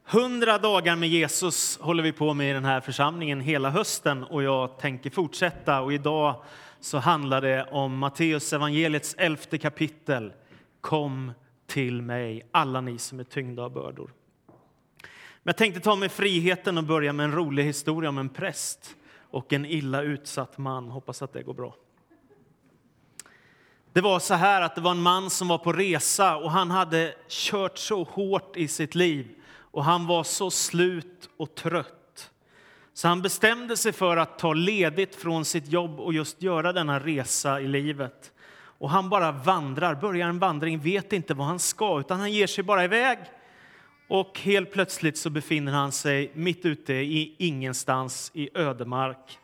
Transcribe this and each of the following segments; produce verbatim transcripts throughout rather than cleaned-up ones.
Hundra dagar med Jesus håller vi på med i den här församlingen hela hösten och jag tänker fortsätta. Och idag så handlar det om Matteus evangeliets elfte kapitel. Kom till mig, alla ni som är tyngda av bördor. Men jag tänkte ta mig friheten och börja med en rolig historia om en präst och en illa utsatt man. Hoppas att det går bra. Det var så här att det var en man som var på resa och han hade kört så hårt i sitt liv. Och han var så slut och trött. Så han bestämde sig för att ta ledigt från sitt jobb och just göra denna resa i livet. Och han bara vandrar, börjar en vandring, vet inte vad han ska utan han ger sig bara iväg. Och helt plötsligt så befinner han sig mitt ute i ingenstans i ödemark.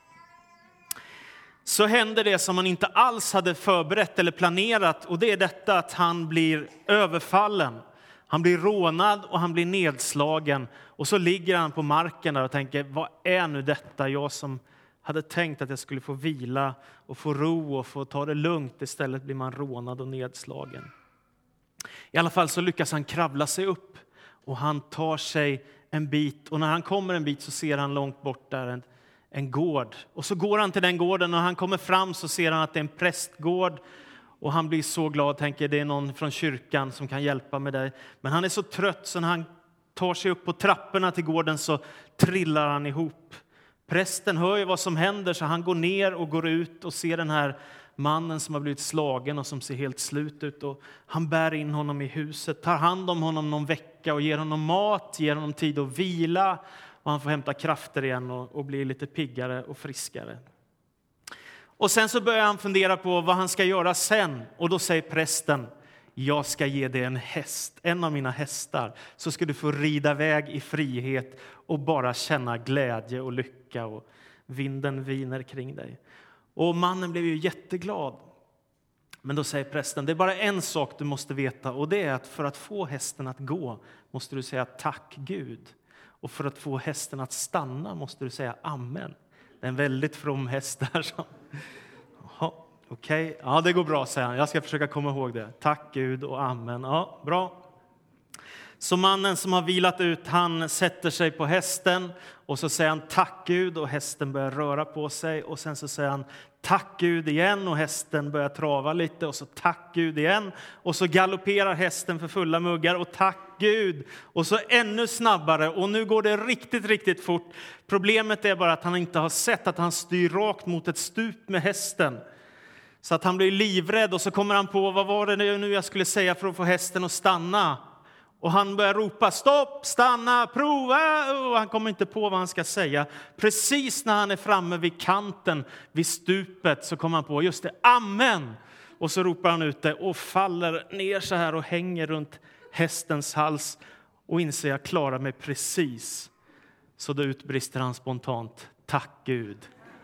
Så händer det som han inte alls hade förberett eller planerat, och det är detta att han blir överfallen. Han blir rånad och han blir nedslagen. Och så ligger han på marken där och tänker, vad är nu detta? Jag som hade tänkt att jag skulle få vila och få ro och få ta det lugnt. Istället blir man rånad och nedslagen. I alla fall så lyckas han kravla sig upp. Och han tar sig en bit. Och när han kommer en bit så ser han långt bort där en, en gård. Och så går han till den gården och när han kommer fram så ser han att det är en prästgård. Och han blir så glad, tänker det är någon från kyrkan som kan hjälpa med dig. Men han är så trött så när han tar sig upp på trapporna till gården så trillar han ihop. Prästen hör ju vad som händer så han går ner och går ut och ser den här mannen som har blivit slagen och som ser helt slut ut. Och han bär in honom i huset, tar hand om honom någon vecka och ger honom mat, ger honom tid att vila. Och han får hämta krafter igen och, och bli lite piggare och friskare. Och sen så börjar han fundera på vad han ska göra sen. Och då säger prästen, jag ska ge dig en häst, en av mina hästar. Så ska du få rida iväg i frihet och bara känna glädje och lycka. Och vinden viner kring dig. Och mannen blev ju jätteglad. Men då säger prästen, det är bara en sak du måste veta. Och det är att för att få hästen att gå måste du säga tack Gud. Och för att få hästen att stanna måste du säga amen. Det är en väldigt from häst där. Så. Jaha, okej. Okay. Ja, det går bra, säger han. Jag ska försöka komma ihåg det. Tack Gud och amen. Ja, bra. Så mannen som har vilat ut, han sätter sig på hästen. Och så säger han tack Gud och hästen börjar röra på sig. Och sen så säger han tack Gud igen och hästen börjar trava lite. Och så tack Gud igen. Och så galopperar hästen för fulla muggar och tack Gud. Och så ännu snabbare och nu går det riktigt, riktigt fort. Problemet är bara att han inte har sett att han styr rakt mot ett stup med hästen. Så att han blir livrädd och så kommer han på vad var det nu jag skulle säga för att få hästen att stanna. Och han börjar ropa stopp, stanna, prova. Och han kommer inte på vad han ska säga. Precis när han är framme vid kanten, vid stupet så kommer han på just det, amen. Och så ropar han ut det och faller ner så här och hänger runt hästens hals och inser jag klarar mig precis. Så då utbrister han spontant, tack Gud.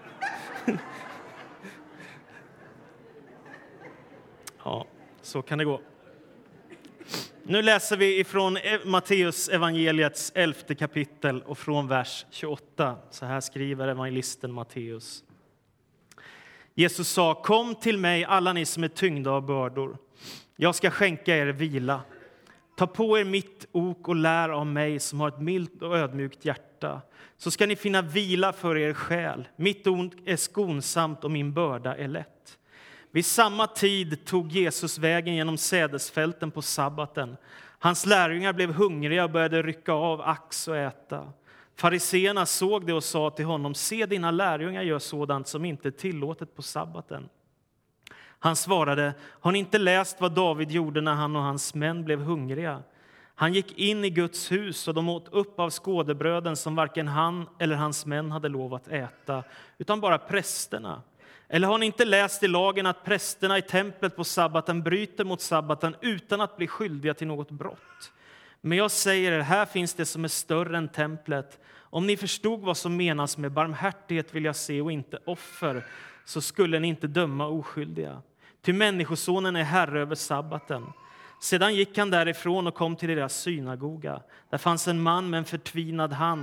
Ja, så kan det gå. Nu läser vi ifrån Matteus evangeliets elfte kapitel och från vers tjugoåtta. Så här skriver evangelisten Matteus. Jesus sa, kom till mig alla ni som är tyngda av bördor. Jag ska skänka er vila. Ta på er mitt ok och lär av mig som har ett milt och ödmjukt hjärta. Så ska ni finna vila för er själ. Mitt ok är skonsamt och min börda är lätt. Vid samma tid tog Jesus vägen genom sädesfälten på sabbaten. Hans lärjungar blev hungriga och började rycka av ax och äta. Fariseerna såg det och sa till honom, se dina lärjungar gör sådant som inte är tillåtet på sabbaten. Han svarade, har ni inte läst vad David gjorde när han och hans män blev hungriga? Han gick in i Guds hus och de åt upp av skådebröden som varken han eller hans män hade lov att äta, utan bara prästerna. Eller har ni inte läst i lagen att prästerna i templet på sabbaten bryter mot sabbaten utan att bli skyldiga till något brott? Men jag säger er, här finns det som är större än templet. Om ni förstod vad som menas med barmhärtighet vill jag se och inte offer, så skulle ni inte döma oskyldiga. Ty människosonen är herre över sabbaten. Sedan gick han därifrån och kom till deras synagoga. Där fanns en man med en förtvinad hand.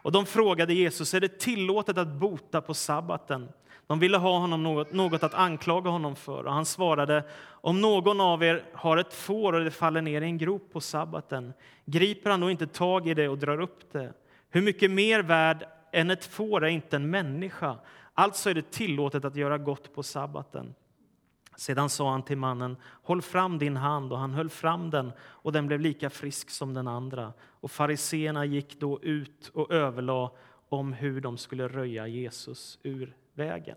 Och de frågade Jesus, är det tillåtet att bota på sabbaten? De ville ha honom något, något att anklaga honom för. Och han svarade, om någon av er har ett får och det faller ner i en grop på sabbaten, griper han då inte tag i det och drar upp det? Hur mycket mer värd än ett får är inte en människa? Alltså är det tillåtet att göra gott på sabbaten. Sedan sa han till mannen, håll fram din hand, och han höll fram den, och den blev lika frisk som den andra. Och fariseerna gick då ut och överlade om hur de skulle röja Jesus ur vägen.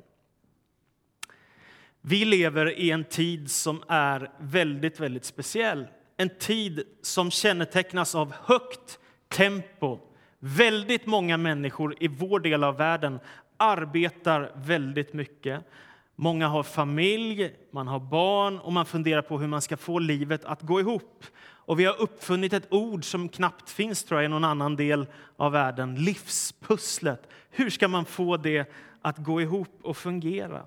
Vi lever i en tid som är väldigt, väldigt speciell. En tid som kännetecknas av högt tempo. Väldigt många människor i vår del av världen arbetar väldigt mycket. Många har familj, man har barn och man funderar på hur man ska få livet att gå ihop. Och vi har uppfunnit ett ord som knappt finns, tror jag, i någon annan del av världen. Livspusslet. Hur ska man få det att gå ihop och fungera?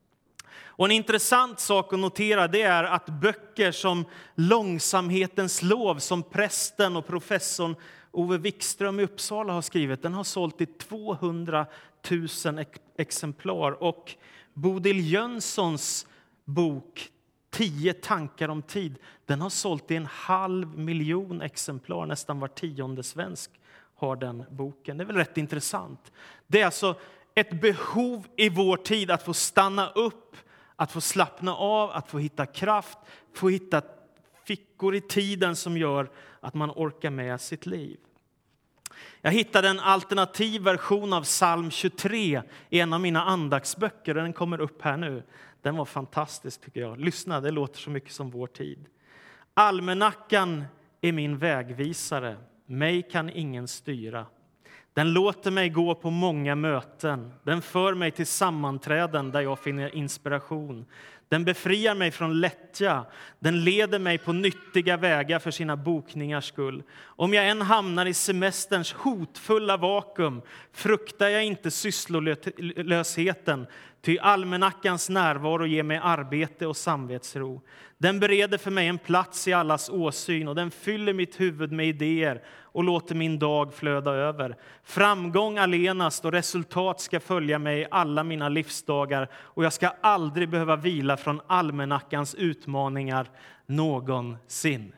Och en intressant sak att notera, det är att böcker som Långsamhetens lov, som prästen och professorn Ove Wikström i Uppsala har skrivit, den har sålt i tvåhundratusen exemplar. Och Bodil Jönssons bok Tio tankar om tid, den har sålt i en halv miljon exemplar. Nästan var tionde svensk har den boken. Det är väl rätt intressant. Det är alltså ett behov i vår tid att få stanna upp, att få slappna av, att få hitta kraft, få hitta fickor i tiden som gör att man orkar med sitt liv. Jag hittade en alternativ version av psalm tjugotre i en av mina andaktsböcker. Den kommer upp här nu. Den var fantastisk, tycker jag. Lyssna, det låter så mycket som vår tid. Almanackan är min vägvisare. Mig kan ingen styra. Den låter mig gå på många möten. Den för mig till sammanträden där jag finner inspiration. Den befriar mig från lättja. Den leder mig på nyttiga vägar för sina bokningars skull. Om jag än hamnar i semesterns hotfulla vakuum fruktar jag inte sysslolösheten. Ty almanackans närvaro ger mig arbete och samvetsro. Den bereder för mig en plats i allas åsyn, och den fyller mitt huvud med idéer och låter min dag flöda över. Framgång allenast och resultat ska följa mig alla mina livsdagar, och jag ska aldrig behöva vila från almanackans utmaningar någonsin.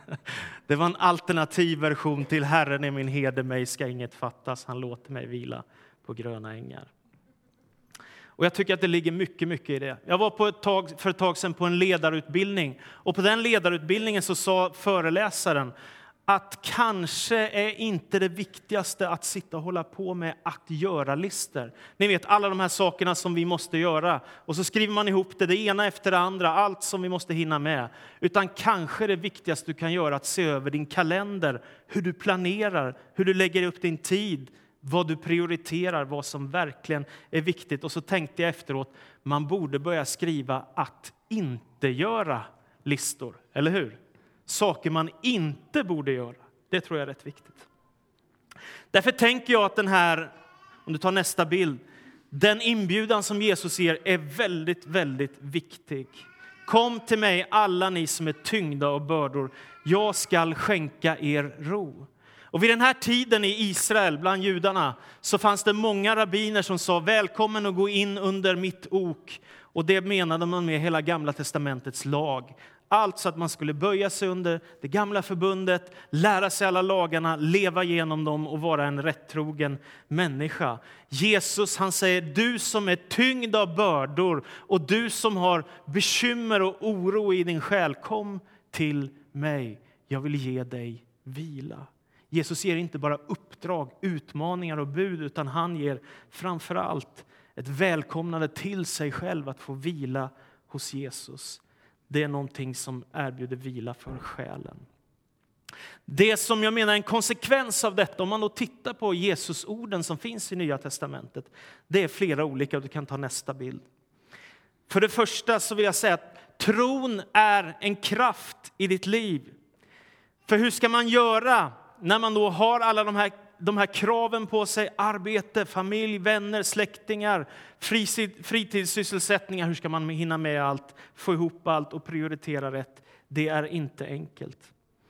Det var en alternativ version till Herren är min herde, mig ska inget fattas. Han låter mig vila på gröna ängar. Och jag tycker att det ligger mycket, mycket i det. Jag var på ett tag, för ett tag sedan på en ledarutbildning. Och på den ledarutbildningen så sa föreläsaren att kanske är inte det viktigaste att sitta och hålla på med att göra listor. Ni vet alla de här sakerna som vi måste göra. Och så skriver man ihop det, det ena efter det andra, allt som vi måste hinna med. Utan kanske det viktigaste du kan göra att se över din kalender. Hur du planerar, hur du lägger upp din tid. Vad du prioriterar, vad som verkligen är viktigt. Och så tänkte jag efteråt, man borde börja skriva att inte göra listor. Eller hur? Saker man inte borde göra. Det tror jag är rätt viktigt. Därför tänker jag att den här, om du tar nästa bild, den inbjudan som Jesus ger är väldigt, väldigt viktig. Kom till mig alla ni som är tyngda och bördor. Jag ska skänka er ro. Och vid den här tiden i Israel, bland judarna, så fanns det många rabbiner som sa välkommen att gå in under mitt ok. Och det menade man med hela gamla testamentets lag. Allt så att man skulle böja sig under det gamla förbundet, lära sig alla lagarna, leva genom dem och vara en rättrogen människa. Jesus, han säger, du som är tyngd av bördor och du som har bekymmer och oro i din själ, kom till mig. Jag vill ge dig vila. Jesus ger inte bara uppdrag, utmaningar och bud, utan han ger framför allt ett välkomnande till sig själv att få vila hos Jesus. Det är någonting som erbjuder vila för själen. Det som jag menar är en konsekvens av detta, om man då tittar på Jesus orden som finns i Nya testamentet, det är flera olika. Du kan ta nästa bild. För det första så vill jag säga att tron är en kraft i ditt liv. För hur ska man göra när man då har alla de här, de här kraven på sig, arbete, familj, vänner, släktingar, fritid, fritidssysselsättningar, hur ska man hinna med allt, få ihop allt och prioritera rätt? Det är inte enkelt.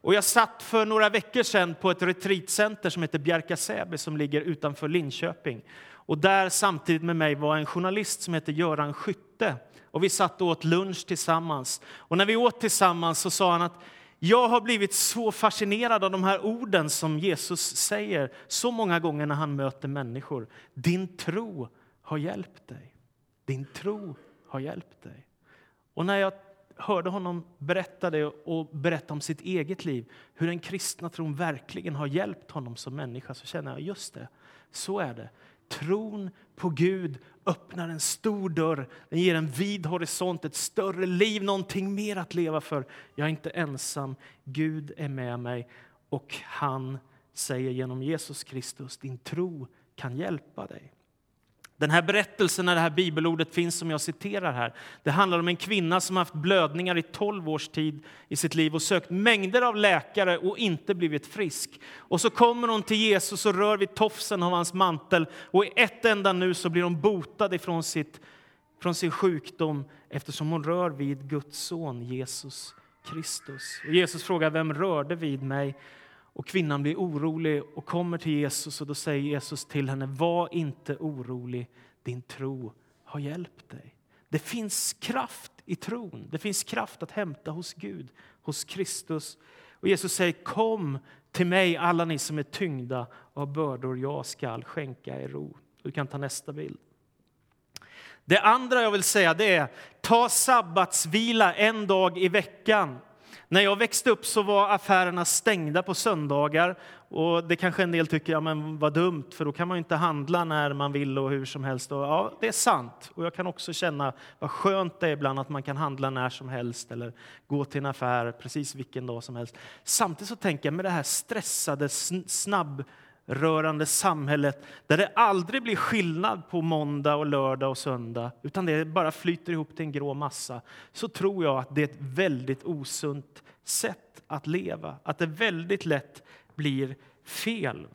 Och jag satt för några veckor sedan på ett retreatcenter som heter Bjärka-Säby som ligger utanför Linköping. Och där samtidigt med mig var en journalist som heter Göran Skytte. Och vi satt och åt lunch tillsammans. Och när vi åt tillsammans så sa han att jag har blivit så fascinerad av de här orden som Jesus säger så många gånger när han möter människor. Din tro har hjälpt dig. Din tro har hjälpt dig. Och när jag hörde honom berätta det och berätta om sitt eget liv, hur den kristna tron verkligen har hjälpt honom som människa, så känner jag just det, så är det. Tron på Gud öppnar en stor dörr, den ger en vid horisont, ett större liv, någonting mer att leva för. Jag är inte ensam, Gud är med mig och han säger genom Jesus Kristus, din tro kan hjälpa dig. Den här berättelsen, när det här bibelordet finns som jag citerar här, det handlar om en kvinna som har haft blödningar i tolv års tid i sitt liv och sökt mängder av läkare och inte blivit frisk. Och så kommer hon till Jesus och rör vid tofsen av hans mantel och i ett enda nu så blir hon botad ifrån sitt, från sin sjukdom eftersom hon rör vid Guds son Jesus Kristus. Och Jesus frågar, vem rörde vid mig? Och kvinnan blir orolig och kommer till Jesus och då säger Jesus till henne, var inte orolig, din tro har hjälpt dig. Det finns kraft i tron, det finns kraft att hämta hos Gud, hos Kristus. Och Jesus säger, kom till mig alla ni som är tyngda av bördor, jag ska skänka er ro. Du kan ta nästa bild. Det andra jag vill säga det är, ta sabbatsvila en dag i veckan. När jag växte upp så var affärerna stängda på söndagar. Och det kanske en del tycker, ja men vad dumt, för då kan man ju inte handla när man vill och hur som helst. Och ja, det är sant. Och jag kan också känna vad skönt det är ibland att man kan handla när som helst. Eller gå till en affär precis vilken dag som helst. Samtidigt så tänker jag med det här stressade, snabbrörande samhället. Där det aldrig blir skillnad på måndag och lördag och söndag. Utan det bara flyter ihop till en grå massa. Så tror jag att det är ett väldigt osunt sätt att leva. Att det väldigt lätt blir fel.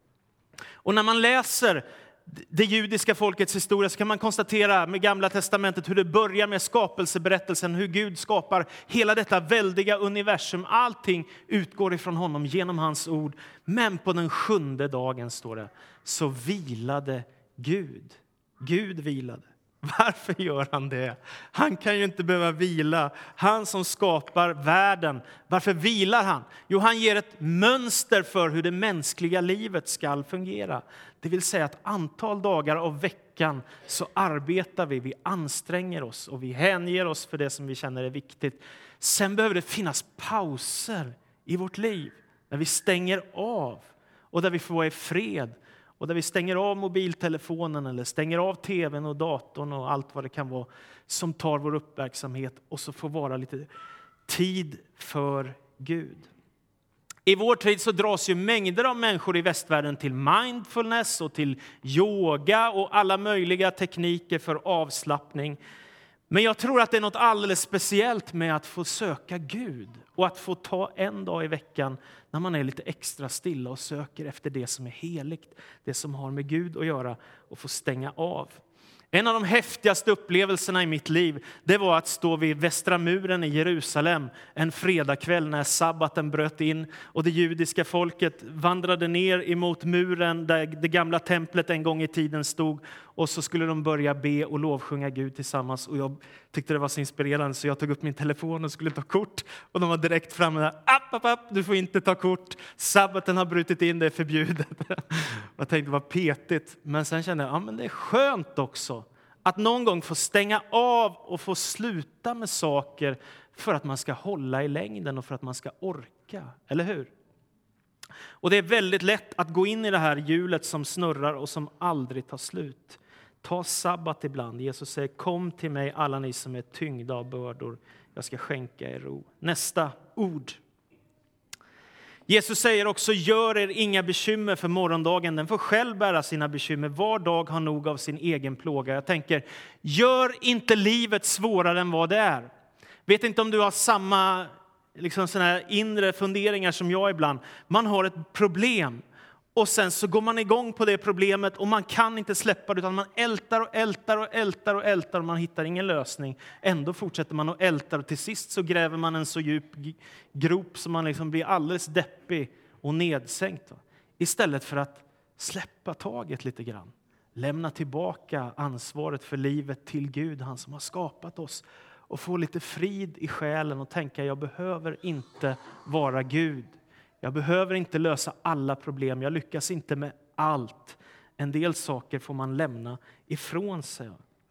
Och när man läser det judiska folkets historia så kan man konstatera med Gamla testamentet hur det börjar med skapelseberättelsen. Hur Gud skapar hela detta väldiga universum. Allting utgår ifrån honom genom hans ord. Men på den sjunde dagen står det, så vilade Gud. Gud vilade. Varför gör han det? Han kan ju inte behöva vila. Han som skapar världen. Varför vilar han? Jo, han ger ett mönster för hur det mänskliga livet ska fungera. Det vill säga att antal dagar av veckan så arbetar vi. Vi anstränger oss och vi hänger oss för det som vi känner är viktigt. Sen behöver det finnas pauser i vårt liv. När vi stänger av och där vi får vara i fred. Och där vi stänger av mobiltelefonen eller stänger av tvn och datorn och allt vad det kan vara som tar vår uppmärksamhet och så får vara lite tid för Gud. I vår tid så dras ju mängder av människor i västvärlden till mindfulness och till yoga och alla möjliga tekniker för avslappning. Men jag tror att det är något alldeles speciellt med att få söka Gud och att få ta en dag i veckan när man är lite extra stilla och söker efter det som är heligt, det som har med Gud att göra och få stänga av. En av de häftigaste upplevelserna i mitt liv, det var att stå vid Västra muren i Jerusalem en fredagkväll när sabbaten bröt in och det judiska folket vandrade ner emot muren där det gamla templet en gång i tiden stod och så skulle de börja be och lovsjunga Gud tillsammans och jag tyckte det var så inspirerande så jag tog upp min telefon och skulle ta kort och de var direkt framme där, app, app, app, du får inte ta kort, sabbaten har brutit in, det är förbjudet. Jag tänkte det var petigt, men sen kände jag, ja men det är skönt också. Att någon gång få stänga av och få sluta med saker för att man ska hålla i längden och för att man ska orka. Eller hur? Och det är väldigt lätt att gå in i det här hjulet som snurrar och som aldrig tar slut. Ta sabbat ibland. Jesus säger, kom till mig alla ni som är tyngda av bördor. Jag ska skänka er ro. Nästa ord. Jesus säger också, gör er inga bekymmer för morgondagen. Den får själv bära sina bekymmer. Var dag har nog av sin egen plåga. Jag tänker, gör inte livet svårare än vad det är. Vet inte om du har samma liksom, såna här inre funderingar som jag ibland. Man har ett problem. Och sen så går man igång på det problemet och man kan inte släppa det, utan man ältar och ältar och ältar och ältar och man hittar ingen lösning. Ändå fortsätter man att älta och till sist så gräver man en så djup grop så man liksom blir alldeles deppig och nedsänkt. Istället för att släppa taget lite grann. Lämna tillbaka ansvaret för livet till Gud, han som har skapat oss. Och få lite frid i själen och tänka, jag behöver inte vara Gud. Jag behöver inte lösa alla problem. Jag lyckas inte med allt. En del saker får man lämna ifrån sig.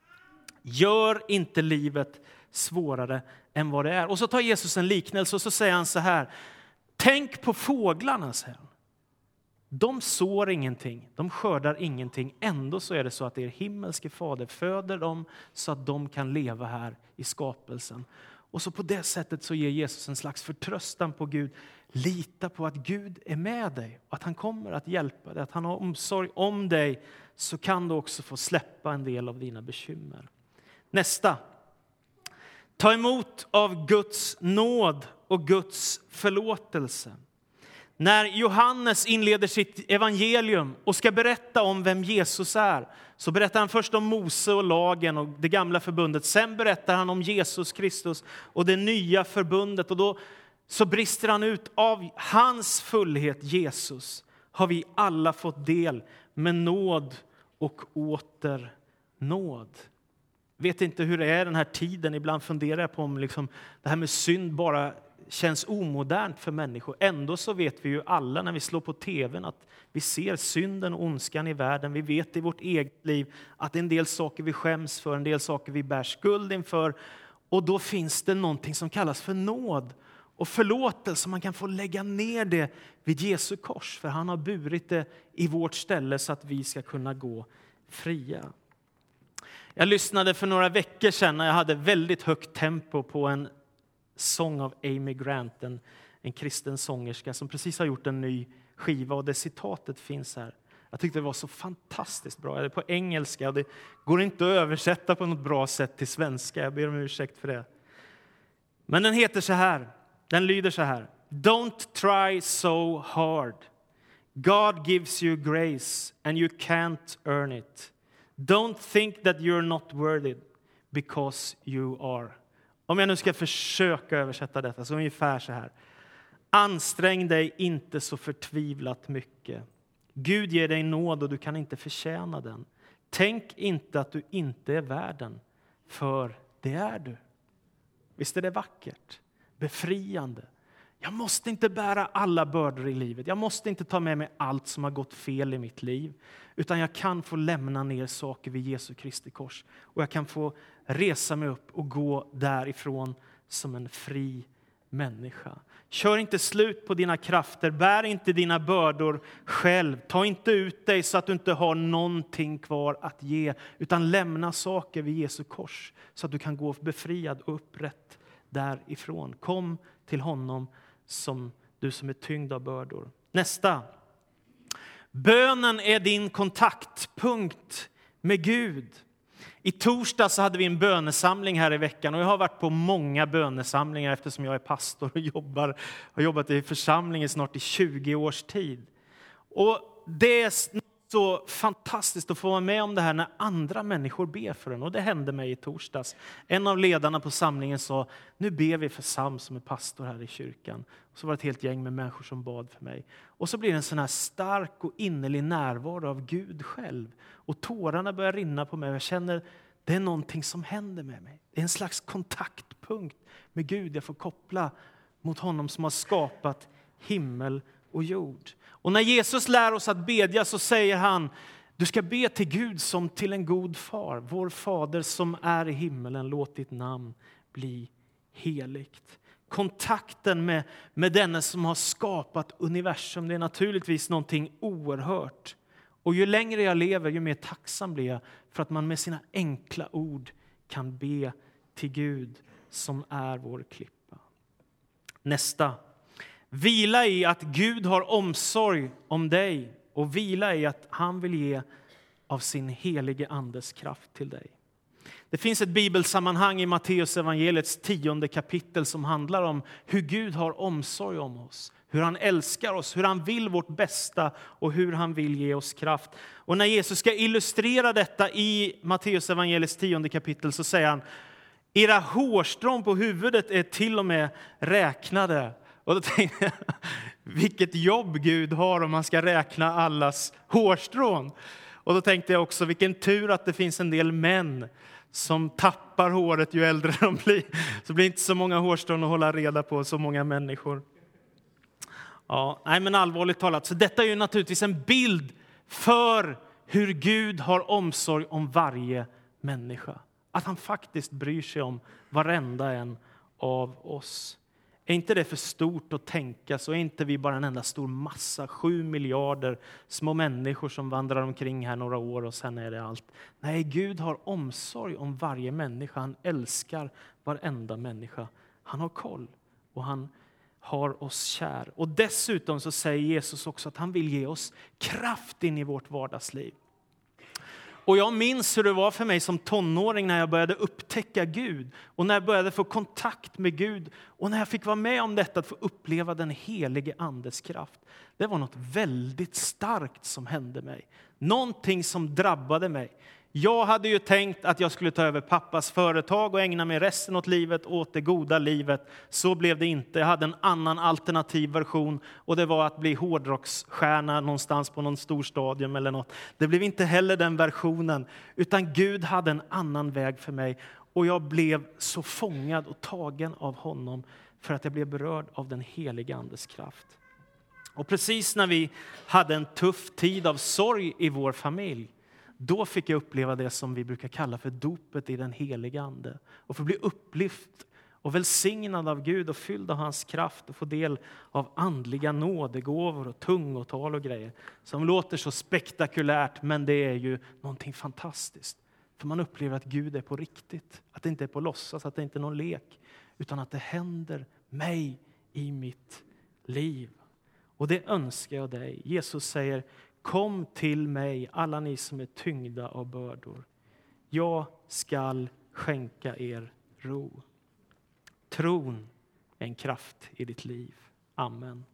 Gör inte livet svårare än vad det är. Och så tar Jesus en liknelse och så säger han så här. Tänk på fåglarna, säger han. De sår ingenting, de skördar ingenting. Ändå så är det så att er himmelske fader föder dem så att de kan leva här i skapelsen. Och så på det sättet så ger Jesus en slags förtröstan på Gud. Lita på att Gud är med dig, att han kommer att hjälpa dig, att han har omsorg om dig, så kan du också få släppa en del av dina bekymmer. Nästa. Ta emot av Guds nåd och Guds förlåtelse. När Johannes inleder sitt evangelium och ska berätta om vem Jesus är, så berättar han först om Mose och lagen och det gamla förbundet. Sen berättar han om Jesus Kristus och det nya förbundet. Och då så brister han ut, av hans fullhet Jesus har vi alla fått del med nåd och åter nåd. Vet inte hur det är den här tiden. Ibland funderar jag på om liksom det här med synd bara känns omodernt för människor. Ändå så vet vi ju alla när vi slår på tvn att vi ser synden och ondskan i världen. Vi vet i vårt eget liv att en del saker vi skäms för, en del saker vi bär skuld inför. Och då finns det någonting som kallas för nåd och förlåtelse. Man kan få lägga ner det vid Jesu kors, för han har burit det i vårt ställe så att vi ska kunna gå fria. Jag lyssnade för några veckor sedan när jag hade väldigt högt tempo på en sång av Amy Grant, en, en kristen sångerska som precis har gjort en ny skiva, och det citatet finns här. Jag tyckte det var så fantastiskt bra. Det är på engelska och det går inte att översätta på något bra sätt till svenska. Jag ber om ursäkt för det. Men den heter så här. Den lyder så här. Don't try so hard. God gives you grace and you can't earn it. Don't think that you're not worthy because you are. Om jag nu ska försöka översätta detta så ungefär så här. Ansträng dig inte så förtvivlat mycket. Gud ger dig nåd och du kan inte förtjäna den. Tänk inte att du inte är värden, för det är du. Visst är det vackert, befriande. Jag måste inte bära alla bördor i livet. Jag måste inte ta med mig allt som har gått fel i mitt liv. Utan jag kan få lämna ner saker vid Jesu Kristi kors. Och jag kan få resa mig upp och gå därifrån som en fri människa. Kör inte slut på dina krafter. Bär inte dina bördor själv. Ta inte ut dig så att du inte har någonting kvar att ge. Utan lämna saker vid Jesu kors så att du kan gå befriad och upprätt därifrån. Kom till honom som du som är tyngd av bördor. Nästa. Bönen är din kontaktpunkt med Gud. I torsdag så hade vi en bönesamling här i veckan, och jag har varit på många bönesamlingar eftersom jag är pastor och jobbar, har jobbat i församling i snart i tjugo års tid. Och det är så fantastiskt att få vara med om det här när andra människor ber för en. Och det hände mig i torsdags. En av ledarna på samlingen sa, nu ber vi för Sam som är pastor här i kyrkan. Och så var det ett helt gäng med människor som bad för mig. Och så blir det en sån här stark och innerlig närvaro av Gud själv. Och tårarna börjar rinna på mig. Jag känner, det är någonting som händer med mig. Det är en slags kontaktpunkt med Gud. Jag får koppla mot honom som har skapat himmel och jord. Och när Jesus lär oss att bedja så säger han, du ska be till Gud som till en god far. Vår fader som är i himmelen, låt ditt namn bli heligt. Kontakten med, med denne som har skapat universum, det är naturligtvis någonting oerhört. Och ju längre jag lever, ju mer tacksam blir jag för att man med sina enkla ord kan be till Gud som är vår klippa. Nästa. Vila i att Gud har omsorg om dig, och vila i att han vill ge av sin helige andes kraft till dig. Det finns ett bibelsammanhang i Matteus evangeliets tionde kapitel som handlar om hur Gud har omsorg om oss. hur han älskar oss, hur han vill vårt bästa och hur han vill ge oss kraft. Och när Jesus ska illustrera detta i Matteus evangeliets tionde kapitel så säger han: era hårstrån på huvudet är till och med räknade. Och då tänkte jag, vilket jobb Gud har om man ska räkna allas hårstrån. Och då tänkte jag också, vilken tur att det finns en del män som tappar håret ju äldre de blir. Så blir inte så många hårstrån att hålla reda på, så många människor. Ja, nej men allvarligt talat, så detta är ju naturligtvis en bild för hur Gud har omsorg om varje människa. Att han faktiskt bryr sig om varenda en av oss. Är inte det för stort att tänka, så är inte vi bara en enda stor massa, sju miljarder små människor som vandrar omkring här några år och sen är det allt. Nej, Gud har omsorg om varje människa. Han älskar varenda människa. Han har koll och han har oss kär. Och dessutom så säger Jesus också att han vill ge oss kraft in i vårt vardagsliv. Och jag minns hur det var för mig som tonåring när jag började upptäcka Gud. Och när jag började få kontakt med Gud. Och när jag fick vara med om detta, att få uppleva den helige andes kraft. Det var något väldigt starkt som hände mig. Någonting som drabbade mig. Jag hade ju tänkt att jag skulle ta över pappas företag och ägna mig resten av livet åt det goda livet. Så blev det inte. Jag hade en annan alternativ version och det var att bli hårdrocksstjärna någonstans på någon stor stadion eller något. Det blev inte heller den versionen, utan Gud hade en annan väg för mig. Och jag blev så fångad och tagen av honom för att jag blev berörd av den heliga andes kraft. Och precis när vi hade en tuff tid av sorg i vår familj, då fick jag uppleva det som vi brukar kalla för dopet i den heliga ande. Och få bli upplyft och välsignad av Gud och fylld av hans kraft och få del av andliga nådegåvor och tungotal och grejer. Som låter så spektakulärt, men det är ju någonting fantastiskt. För man upplever att Gud är på riktigt. Att det inte är på låtsas, att det inte är någon lek. Utan att det händer mig i mitt liv. Och det önskar jag dig. Jesus säger: kom till mig, alla ni som är tyngda av bördor. Jag skall skänka er ro. Tron är en kraft i ditt liv. Amen.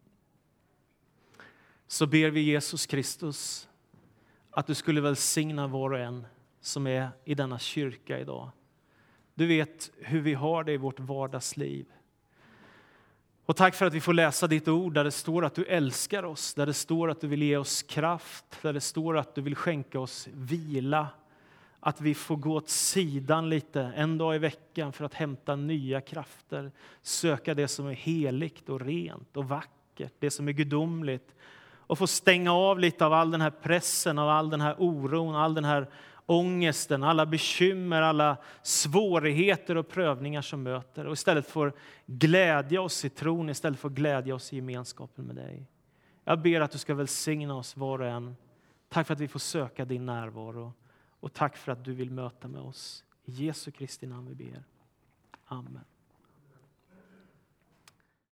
Så ber vi Jesus Kristus att du skulle välsigna var och en som är i denna kyrka idag. Du vet hur vi har det i vårt vardagsliv. Och tack för att vi får läsa ditt ord där det står att du älskar oss. Där det står att du vill ge oss kraft. Där det står att du vill skänka oss vila. Att vi får gå åt sidan lite en dag i veckan för att hämta nya krafter. Söka det som är heligt och rent och vackert. Det som är gudomligt. Och få stänga av lite av all den här pressen, av all den här oron, all den här ångesten, alla bekymmer, alla svårigheter och prövningar som möter. Och istället får glädja oss i tron, istället för glädja oss i gemenskapen med dig. Jag ber att du ska välsigna oss var och en. Tack för att vi får söka din närvaro. Och tack för att du vill möta med oss. I Jesu Kristi namn vi ber. Amen.